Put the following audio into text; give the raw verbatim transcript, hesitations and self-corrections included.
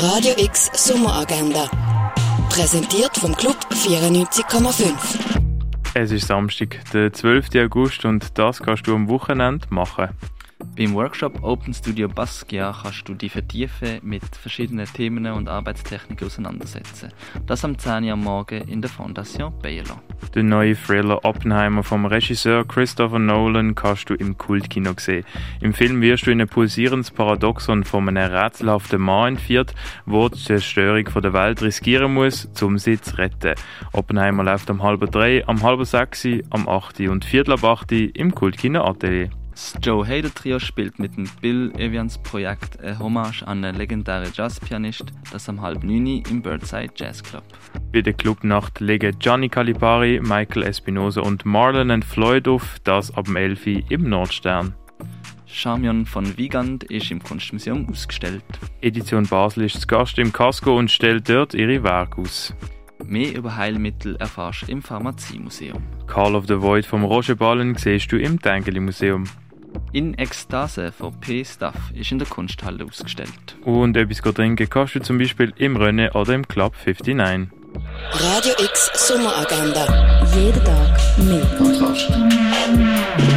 Radio X Sommeragenda. Präsentiert vom Club vierundneunzig Komma fünf. Es ist Samstag, der zwölften August, und das kannst du am Wochenende machen. Beim Workshop Open Studio Basquiat kannst du dich vertiefen mit verschiedenen Themen und Arbeitstechniken auseinandersetzen. Das am zehn Uhr am Morgen in der Fondation Baylor. Den neuen Thriller Oppenheimer vom Regisseur Christopher Nolan kannst du im Kultkino sehen. Im Film wirst du in ein pulsierendes Paradoxon von einem rätselhaften Mann entführt, der die Zerstörung der Welt riskieren muss, um sie zu retten. Oppenheimer läuft um halb drei, um halb sechs, um acht und viertel ab acht im Kultkino Atelier. Das Joe Hader Trio spielt mit dem Bill Evans Projekt eine Hommage an einen legendären Jazzpianist, das am halb neun im Birdside Jazz Club. Bei der Clubnacht legen Gianni Calipari, Michael Espinosa und Marlon and Floyd auf, das ab dem elf im Nordstern. Charmian von Wiegand ist im Kunstmuseum ausgestellt. Edition Basel ist zu Gast im Casco und stellt dort ihre Werke aus. Mehr über Heilmittel erfährst du im Pharmaziemuseum. Call of the Void vom Roger Ballen siehst du im Tengeli Museum. In Ekstase von P-Stuff ist in der Kunsthalle ausgestellt. Und etwas trinken kannst du zum Beispiel im René oder im Club neunundfünfzig. Radio X Sommeragenda. Jeden Tag mehr. Kontrast.